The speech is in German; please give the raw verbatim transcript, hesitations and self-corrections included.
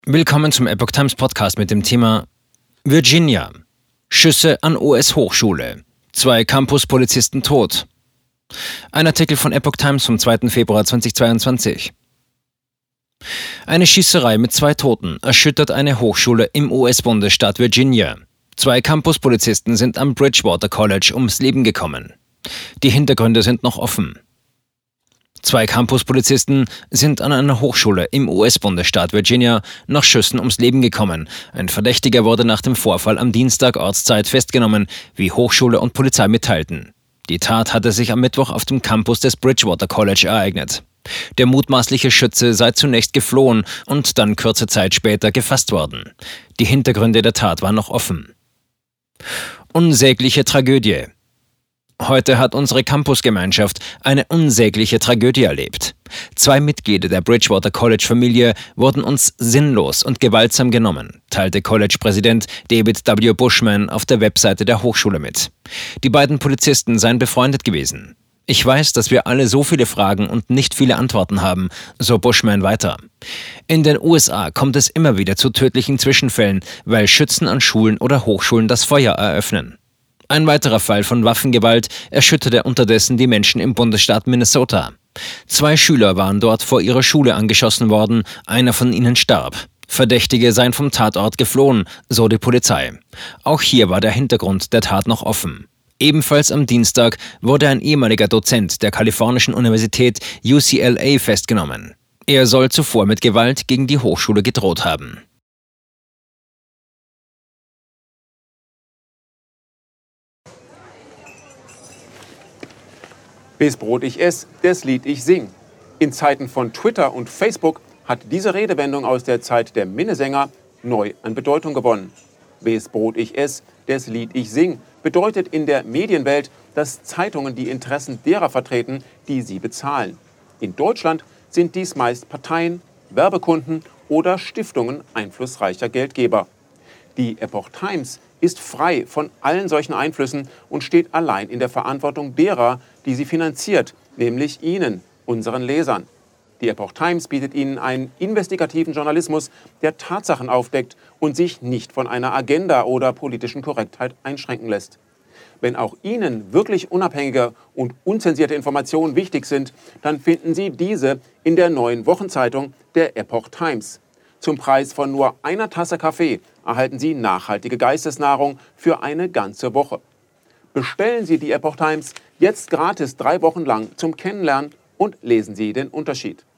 Willkommen zum Epoch Times Podcast mit dem Thema Virginia. Schüsse an U S-Hochschule. Zwei Campus-Polizisten tot. Ein Artikel von Epoch Times vom zweiten Februar zweitausendzweiundzwanzig. Eine Schießerei mit zwei Toten erschüttert eine Hochschule im U S-Bundesstaat Virginia. Zwei Campus-Polizisten sind am Bridgewater College ums Leben gekommen. Die Hintergründe sind noch offen. Zwei Campus-Polizisten sind an einer Hochschule im U S-Bundesstaat Virginia nach Schüssen ums Leben gekommen. Ein Verdächtiger wurde nach dem Vorfall am Dienstag Ortszeit festgenommen, wie Hochschule und Polizei mitteilten. Die Tat hatte sich am Mittwoch auf dem Campus des Bridgewater College ereignet. Der mutmaßliche Schütze sei zunächst geflohen und dann kurze Zeit später gefasst worden. Die Hintergründe der Tat waren noch offen. Unsägliche Tragödie. Heute hat unsere Campusgemeinschaft eine unsägliche Tragödie erlebt. Zwei Mitglieder der Bridgewater College-Familie wurden uns sinnlos und gewaltsam genommen, teilte College-Präsident David W. Bushman auf der Webseite der Hochschule mit. Die beiden Polizisten seien befreundet gewesen. Ich weiß, dass wir alle so viele Fragen und nicht viele Antworten haben, so Bushman weiter. In den U S A kommt es immer wieder zu tödlichen Zwischenfällen, weil Schützen an Schulen oder Hochschulen das Feuer eröffnen. Ein weiterer Fall von Waffengewalt erschütterte unterdessen die Menschen im Bundesstaat Minnesota. Zwei Schüler waren dort vor ihrer Schule angeschossen worden, einer von ihnen starb. Verdächtige seien vom Tatort geflohen, so die Polizei. Auch hier war der Hintergrund der Tat noch offen. Ebenfalls am Dienstag wurde ein ehemaliger Dozent der kalifornischen Universität U C L A festgenommen. Er soll zuvor mit Gewalt gegen die Hochschule gedroht haben. Bis Brot ich ess, das Lied ich sing. In Zeiten von Twitter und Facebook hat diese Redewendung aus der Zeit der Minnesänger neu an Bedeutung gewonnen. Bis Brot ich ess, das Lied ich sing bedeutet in der Medienwelt, dass Zeitungen die Interessen derer vertreten, die sie bezahlen. In Deutschland sind dies meist Parteien, Werbekunden oder Stiftungen einflussreicher Geldgeber. Die Epoch Times ist frei von allen solchen Einflüssen und steht allein in der Verantwortung derer, die sie finanziert, nämlich Ihnen, unseren Lesern. Die Epoch Times bietet Ihnen einen investigativen Journalismus, der Tatsachen aufdeckt und sich nicht von einer Agenda oder politischen Korrektheit einschränken lässt. Wenn auch Ihnen wirklich unabhängige und unzensierte Informationen wichtig sind, dann finden Sie diese in der neuen Wochenzeitung der Epoch Times. Zum Preis von nur einer Tasse Kaffee erhalten Sie nachhaltige Geistesnahrung für eine ganze Woche. Bestellen Sie die Epoch Times jetzt gratis drei Wochen lang zum Kennenlernen und lesen Sie den Unterschied.